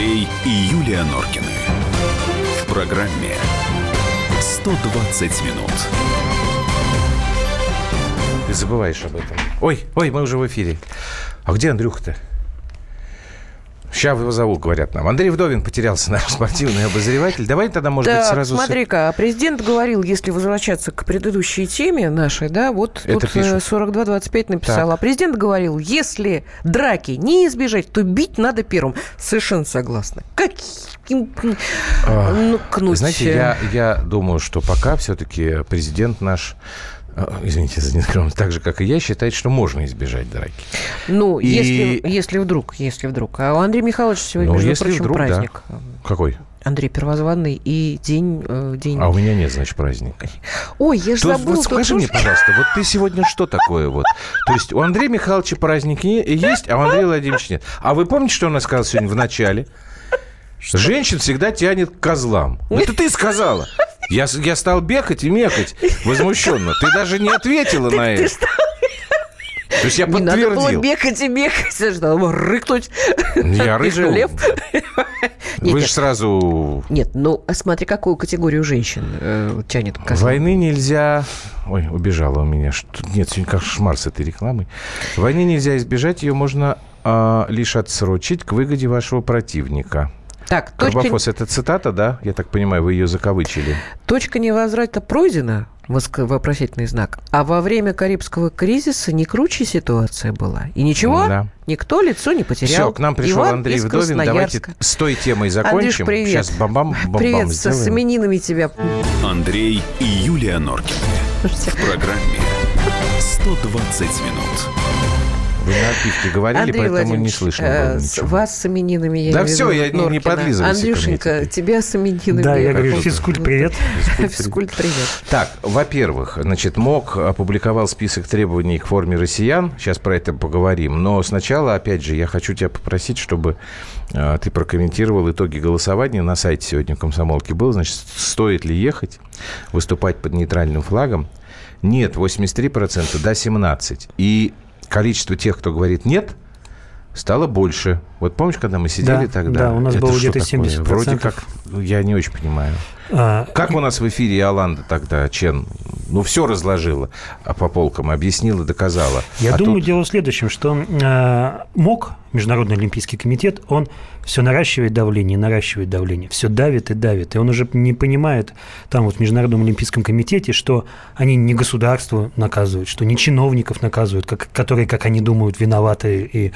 Андрей и Юлия Норкины. В программе 120 минут. Ты забываешь об этом. Ой, мы уже в эфире. А где Андрюха-то? Сейчас его зовут, говорят нам. Андрей Вдовин потерялся, наш спортивный обозреватель. Давай тогда, может быть, сразу... смотри-ка, президент говорил, если возвращаться к предыдущей теме нашей, да, вот это тут 4225 написал. Так. А президент говорил, если драки не избежать, то бить надо первым. Совершенно согласна. Каким... кнуть. Знаете, я думаю, что пока все-таки президент наш... Извините за нескромность, так же, как и я, считает, что можно избежать драки. Ну, если вдруг. А у Андрея Михайловича сегодня, между прочим, вдруг, праздник. Да. Какой? Андрей Первозванный и день... А у меня нет, значит, праздника. Ой, я же забыла. Вот скажи мне, пожалуйста, вот ты сегодня что такое вот? То есть у Андрея Михайловича праздник есть, а у Андрея Владимировича нет. А вы помните, что он сказал сегодня в начале? Что? Женщин всегда тянет к козлам. Это ты сказала. Я стал бегать и мекать возмущенно. Ты даже не ответила на это. То есть я подтвердил. Не надо было бегать и мекать. Что, рыкнуть? Я рыкнул. Лев? Вы же сразу... Нет, ну, смотри, какую категорию женщин тянет к козлам. Войны нельзя... Ой, убежала у меня. Нет, сегодня кошмар с этой рекламой. Войны нельзя избежать, ее можно лишь отсрочить к выгоде вашего противника. Так, Карбофос, это цитата, да? Я так понимаю, вы ее закавычили. Точка невозврата пройдена, вопросительный знак. А во время Карибского кризиса не круче ситуация была. И ничего, да. Никто лицо не потерял. Все, к нам пришел Иван Андрей Вдовин. Давайте с той темой закончим. Андрюш, привет. Сейчас бам-бам-бам-бам Привет, сделаем. с именинами тебя. Андрей и Юлия Норкины. В программе 120 минут. Вы на отпивке говорили, Андрей поэтому не слышно было ничего. Вас с именинами я Да имею в все, виду, я не Норкина. подлизывайся. Андрюшенька, тебя с именинами. Да, я говорю, физкульт, привет. Физкульт, привет. Так, во-первых, значит, МОК опубликовал список требований к форме россиян. Сейчас про это поговорим. Но сначала, опять же, я хочу тебя попросить, чтобы ты прокомментировал итоги голосования. На сайте сегодня комсомолки был. Значит, стоит ли ехать, выступать под нейтральным флагом? Нет, 83%, да, 17%. И количество тех, кто говорит «нет», стало больше. Вот помнишь, когда мы сидели тогда? Да, у нас это было где-то 70%. Вроде как, я не очень понимаю. Как у нас в эфире Иоланда тогда, Чен, все разложила по полкам, объяснила, доказала. Я думаю, дело в следующем, что МОК, Международный олимпийский комитет, он все наращивает давление, все давит и давит. И он уже не понимает там вот в Международном олимпийском комитете, что они не государство наказывают, что не чиновников наказывают, которые, как они думают, виноваты и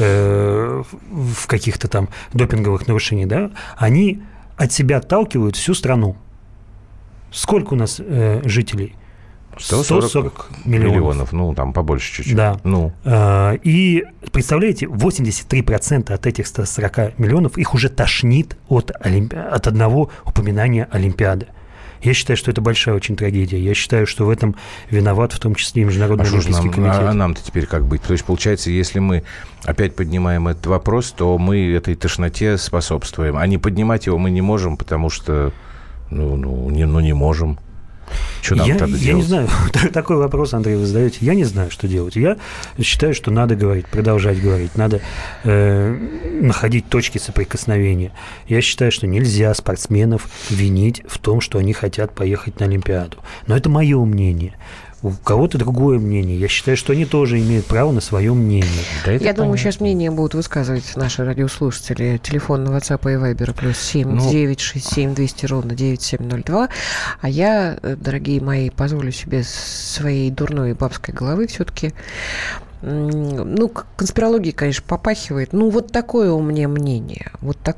в каких-то там допинговых нарушениях, да? Они от себя отталкивают всю страну. Сколько у нас жителей? 140 миллионов. Там побольше чуть-чуть. Да. И, представляете, 83% от этих 140 миллионов их уже тошнит от одного упоминания Олимпиады. Я считаю, что это большая очень трагедия. Я считаю, что в этом виноват в том числе и Международный олимпийский комитет. А нам-то теперь как быть? То есть, получается, если мы опять поднимаем этот вопрос, то мы этой тошноте способствуем. А не поднимать его мы не можем, потому что не можем. Что нам тогда делать? Я не знаю. Такой вопрос, Андрей, вы задаете. Я не знаю, что делать. Я считаю, что надо говорить, продолжать говорить. Надо находить точки соприкосновения. Я считаю, что нельзя спортсменов винить в том, что они хотят поехать на Олимпиаду. Но это мое мнение. У кого-то другое мнение. Я считаю, что они тоже имеют право на свое мнение. Да, я думаю, сейчас мнение будут высказывать наши радиослушатели. Телефон на WhatsApp и Viber +7 967 200 9702. А я, дорогие мои, позволю себе своей дурной бабской головы все-таки... конспирологии, конечно, попахивает. Вот такое у меня мнение.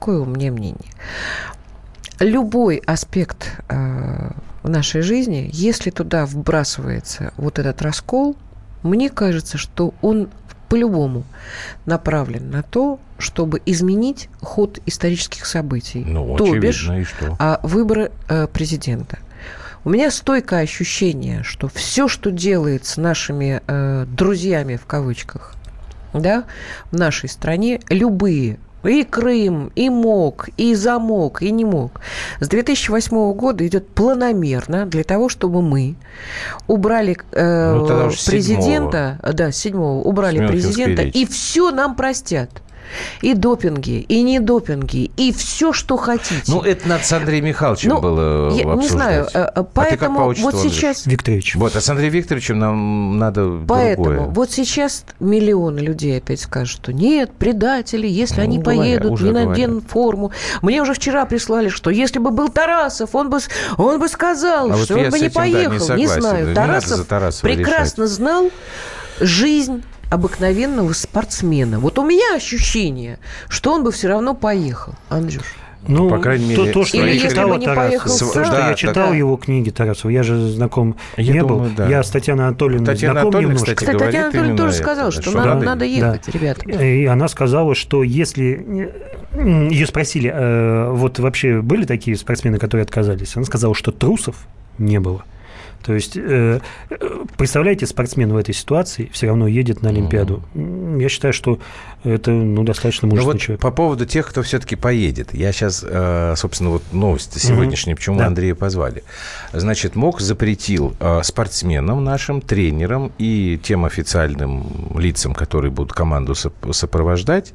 Любой аспект в нашей жизни, если туда вбрасывается вот этот раскол, мне кажется, что он по-любому направлен на то, чтобы изменить ход исторических событий. То бишь, выборы президента. У меня стойкое ощущение, что все, что делается нашими друзьями, в кавычках, да, в нашей стране, любые, и Крым, и МОК, и замок, и не МОК, с 2008 года идет планомерно для того, чтобы мы убрали президента, 7-го убрали президента, и все нам простят. и допинги, и не допинги, и все, что хотите. Ну, это надо с Андреем Михайловичем было я обсуждать. Не знаю, поэтому вот сейчас... Викторович. Вот, а с Андреем Викторовичем нам надо Поэтому другое. вот сейчас миллионы людей опять скажут, что нет, предатели, если они поедут не на Генформу. Мне уже вчера прислали, что если бы был Тарасов, он бы сказал, что он бы не поехал. Не знаю. Тарасов прекрасно знал жизнь обыкновенного спортсмена. Вот у меня ощущение, что он бы все равно поехал, Андрюш. Ну, по крайней мере, то, что я читал о Тарасове, что я читал его книги Тарасова, я же знаком не был. Да. Я с Татьяной Анатольевной знаком немножко. Кстати, Татьяна Анатольевна тоже сказала, что надо ехать, ребята. И она сказала, что если... Ее спросили, вот вообще были такие спортсмены, которые отказались? Она сказала, что трусов не было. То есть, представляете, спортсмен в этой ситуации все равно едет на Олимпиаду. Я считаю, что это достаточно мужественный человек. По поводу тех, кто все-таки поедет. Я сейчас, собственно, вот новость сегодняшняя, почему Андрея позвали. Значит, МОК запретил спортсменам нашим, тренерам и тем официальным лицам, которые будут команду сопровождать,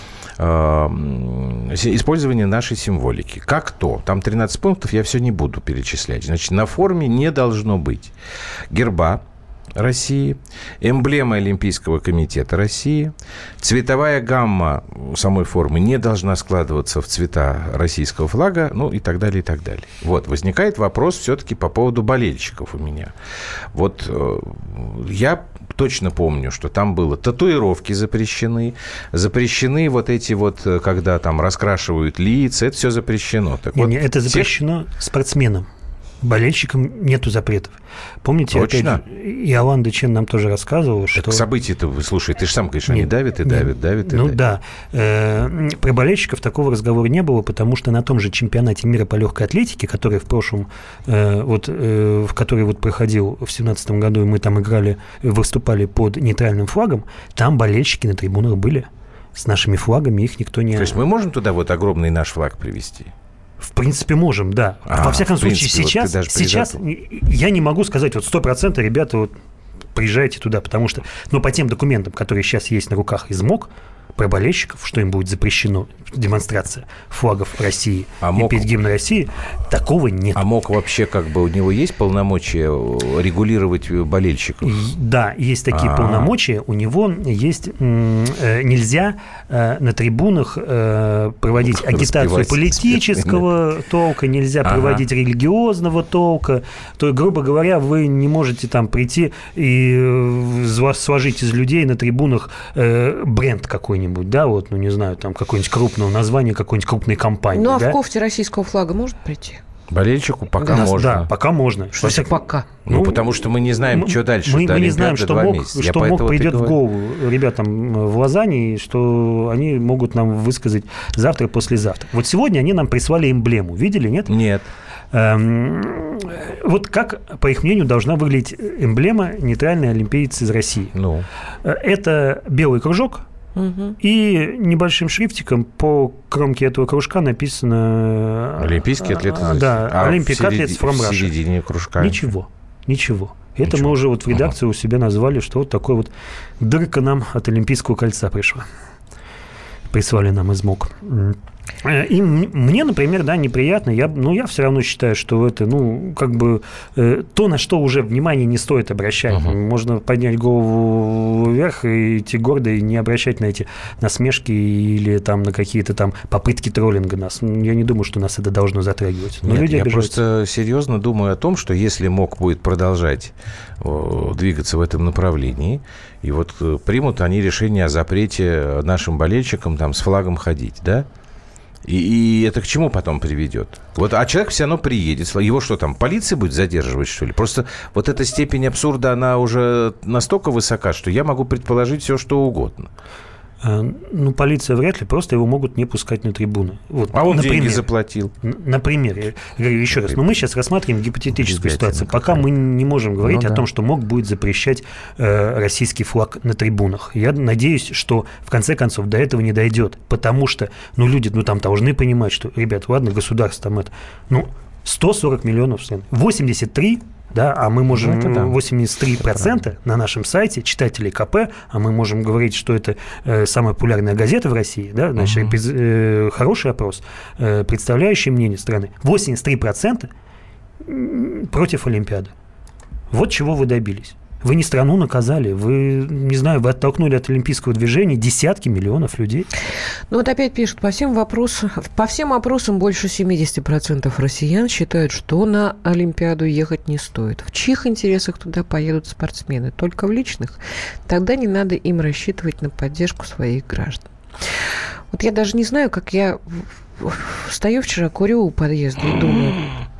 использование нашей символики. Как то? Там 13 пунктов, я все не буду перечислять. Значит, на форме не должно быть герба России, эмблема Олимпийского комитета России, цветовая гамма самой формы не должна складываться в цвета российского флага, ну и так далее, и так далее. Вот, возникает вопрос все-таки по поводу болельщиков у меня. Вот я точно помню, что там было татуировки запрещены вот эти вот, когда там раскрашивают лица, это все запрещено. Так вот, это запрещено спортсменам. Болельщикам нету запретов. Помните, точно? Опять же, Иоланда Чен нам тоже рассказывала, что... Так события-то, слушай, ты же сам говоришь, они давят и давят. Ну да. Про болельщиков такого разговора не было, потому что на том же чемпионате мира по легкой атлетике, который в прошлом, в который вот проходил в 2017 году, и мы там выступали под нейтральным флагом, там болельщики на трибунах были с нашими флагами, их никто не... То есть мы можем туда вот огромный наш флаг привезти? В принципе, можем, да. Во всяком случае, сейчас я не могу сказать, вот 100% ребята, вот, приезжайте туда, потому что, по тем документам, которые сейчас есть на руках из МОК, про болельщиков, что им будет запрещено демонстрация флагов России и петь гимн России, такого нет. А МОК вообще как бы у него есть полномочия регулировать болельщиков? Да, есть такие полномочия. У него есть... Нельзя на трибунах проводить агитацию политического толка, нельзя проводить религиозного толка. То есть, грубо говоря, вы не можете там прийти и сложить из людей на трибунах бренд какой-нибудь, да, вот, не знаю, там какое-нибудь крупное название какой-нибудь крупной компании. Ну, а в кофте российского флага может прийти? Болельщику пока можно. Да, пока можно. Что это пока? Потому что мы не знаем, что дальше. Мы не знаем, что МОК придет в голову ребятам в Лозанне, что они могут нам высказать завтра, послезавтра. Вот сегодня они нам прислали эмблему. Видели, нет? Нет. Вот как, по их мнению, должна выглядеть эмблема нейтральной олимпийцы из России? Это белый кружок, и небольшим шрифтиком по кромке этого кружка написано... Олимпийский атлет. Да, Olympic Athletes from Russia. В середине кружка. Ничего. Это мы уже вот в редакции у себя назвали, что вот такой вот дырка нам от Олимпийского кольца пришла. Прислали нам из МОК. И мне, например, неприятно. Я все равно считаю, что это, то, на что уже внимание не стоит обращать. Можно поднять голову вверх и идти гордо, и не обращать на эти насмешки или там на какие-то там попытки троллинга нас. Я не думаю, что нас это должно затрагивать. Но люди обижаются. Я просто серьезно думаю о том, что если МОК будет продолжать двигаться в этом направлении, и вот примут они решение о запрете нашим болельщикам там с флагом ходить, да? И это к чему потом приведет? А человек все равно приедет. Его что там, полиция будет задерживать, что ли? Просто вот эта степень абсурда, она уже настолько высока, что я могу предположить все, что угодно. Полиция вряд ли, просто его могут не пускать на трибуны. Он деньги заплатил. Например, я говорю еще раз, мы сейчас рассматриваем гипотетическую ситуацию. Пока мы не можем говорить о том, что МОК будет запрещать российский флаг на трибунах. Я надеюсь, что в конце концов до этого не дойдет, потому что люди там должны понимать, что, ребят, ладно, государство там 140 миллионов, 83 Да, а мы можем 83% на нашем сайте читателей КП, а мы можем говорить, что это самая популярная газета в России, да, значит, хороший опрос, представляющий мнение страны. 83% против Олимпиады. Вот чего вы добились. Вы не страну наказали, вы, не знаю, вы оттолкнули от олимпийского движения десятки миллионов людей. Ну вот опять пишут, по всем опросам больше 70% россиян считают, что на Олимпиаду ехать не стоит. В чьих интересах туда поедут спортсмены? Только в личных? Тогда не надо им рассчитывать на поддержку своих граждан. Вот я даже не знаю, как я стою вчера, курю у подъезда и думаю...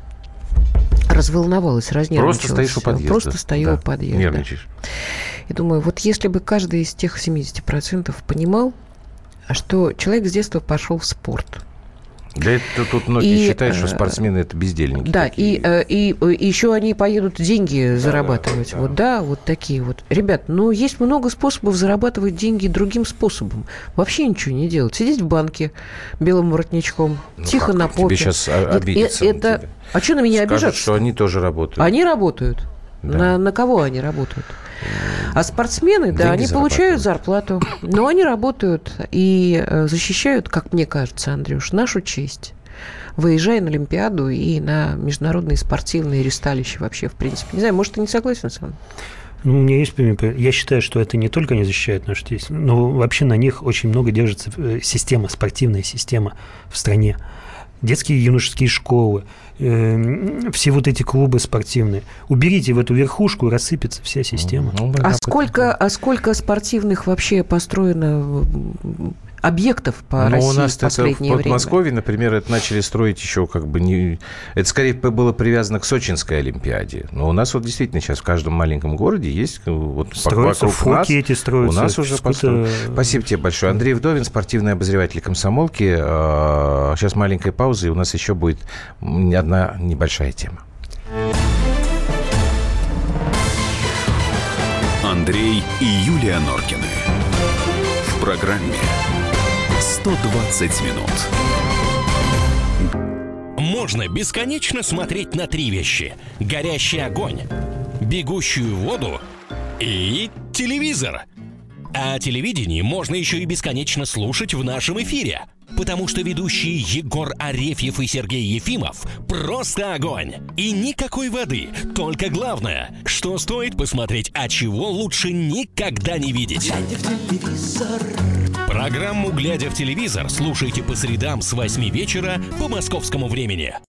Разволновалась, разнервничалась. Просто стоишь у подъезда. Просто стою у подъезда. Нервничаешь. И думаю, вот если бы каждый из тех 70% понимал, что человек с детства пошел в спорт. Да, это тут многие считают, что спортсмены – это бездельники. Да, и еще они поедут деньги зарабатывать. Вот такие вот. Ребят, есть много способов зарабатывать деньги другим способом. Вообще ничего не делать. Сидеть в банке белым воротничком, тихо на попе. Тебе сейчас обидятся на тебя. А что на меня обижаться? Скажут, что они тоже работают. Они работают. Да. На кого они работают? А спортсмены, да, они получают зарплату, но они работают и защищают, как мне кажется, Андрюш, нашу честь, выезжая на Олимпиаду и на международные спортивные ресталища вообще, в принципе. Не знаю, может, ты не согласен с вами? У меня есть пример. Я считаю, что это не только они защищают нашу честь, но вообще на них очень много держится система, спортивная система в стране. Детские и юношеские школы, все вот эти клубы спортивные. Уберите в эту верхушку, и рассыпется вся система. А сколько спортивных вообще построено объектов по России у нас в последнее время? В Подмосковье, например, это начали строить еще не... Это скорее было привязано к Сочинской Олимпиаде. Но у нас вот действительно сейчас в каждом маленьком городе есть... Строятся фоки эти строятся. У нас уже построено. Спасибо тебе большое. Андрей Вдовин, спортивный обозреватель «Комсомолки». Сейчас маленькая пауза, и у нас еще будет одна небольшая тема. Андрей и Юлия Норкины. В программе 120 минут. Можно бесконечно смотреть на три вещи: горящий огонь, бегущую воду и телевизор. А о телевидении можно еще и бесконечно слушать в нашем эфире, потому что ведущие Егор Арефьев и Сергей Ефимов просто огонь. И никакой воды, только главное, что стоит посмотреть, а чего лучше никогда не видеть. Программу «Глядя в телевизор» слушайте по средам с 8 вечера по московскому времени.